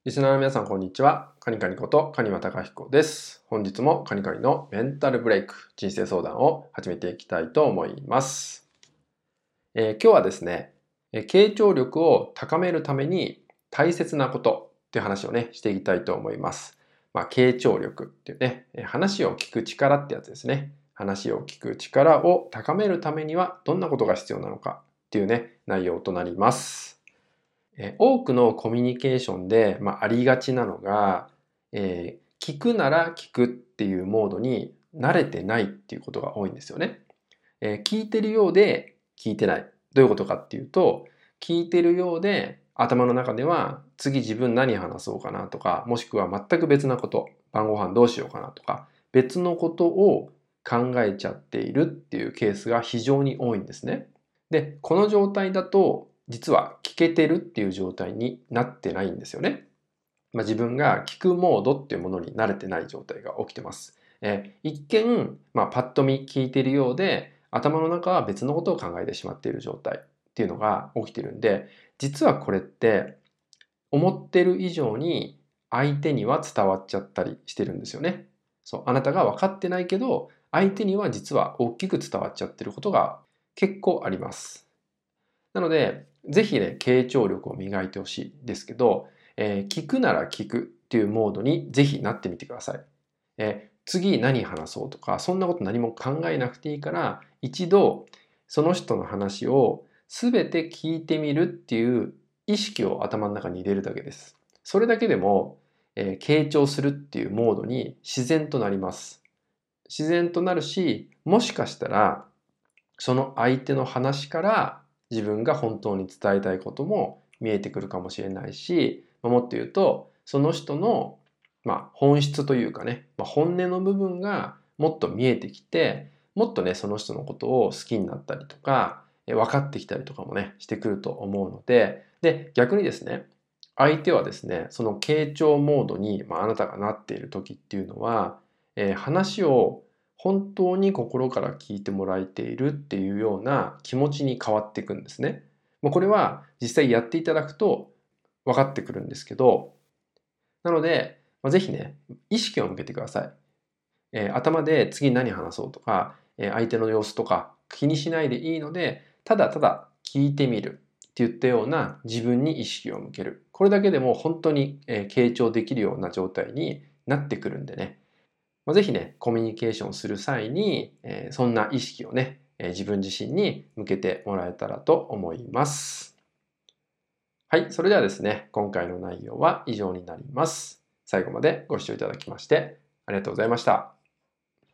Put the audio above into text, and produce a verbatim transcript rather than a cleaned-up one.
リスナーの皆さん、こんにちは。カニカニことカニワタカヒコです。本日もカニカニのメンタルブレイク、人生相談を始めていきたいと思います。えー、今日はですね、傾聴力を高めるために大切なことっていう話をね、していきたいと思います。まあ、傾聴力っていうね、話を聞く力ってやつですね。話を聞く力を高めるためにはどんなことが必要なのかっていうね、内容となります。え多くのコミュニケーションで、まあ、ありがちなのが、えー、聞くなら聞くっていうモードに慣れてないっていうことが多いんですよね。えー、聞いてるようで聞いてない。どういうことかっていうと、聞いてるようで頭の中では次自分何話そうかなとか、もしくは全く別なこと、晩ご飯どうしようかなとか、別のことを考えちゃっているっていうケースが非常に多いんですね。で、この状態だと実は聞けてるっていう状態になってないんですよね。まあ、自分が聞くモードっていうものに慣れてない状態が起きてます。えー、一見、まあ、パッと見聞いているようで、頭の中は別のことを考えてしまっている状態っていうのが起きてるんで、実はこれって思ってる以上に相手には伝わっちゃったりしてるんですよね。そう、あなたが分かってないけど、相手には実は大きく伝わっちゃってることが結構あります。なので、ぜひね、傾聴力を磨いてほしいんですけど、えー聞くなら聞くっていうモードにぜひなってみてください。えー次何話そうとか、そんなこと何も考えなくていいから、一度その人の話を全て聞いてみるっていう意識を頭の中に入れるだけです。それだけでも、えー傾聴するっていうモードに自然となります。自然となるし、もしかしたら、その相手の話から自分が本当に伝えたいことも見えてくるかもしれないし、もっと言うと、その人の、まあ、本質というかね、まあ、本音の部分がもっと見えてきて、もっとね、その人のことを好きになったりとか、分かってきたりとかもね、してくると思うので、で、逆にですね、相手はですね、その傾聴モードに、まあ、あなたがなっている時っていうのは、えー話を本当に心から聞いてもらえているっていうような気持ちに変わっていくんですね。もうこれは実際やっていただくと分かってくるんですけど、なので、まあ、ぜひね、意識を向けてください。えー頭で次何話そうとか、えー相手の様子とか気にしないでいいので、ただただ聞いてみるって言ったような自分に意識を向ける。これだけでも本当に、えー傾聴できるような状態になってくるんでね、まあ、ぜひね、コミュニケーションする際に、えーそんな意識をね、えー自分自身に向けてもらえたらと思います。はい、それではですね、今回の内容は以上になります。最後までご視聴いただきましてありがとうございました。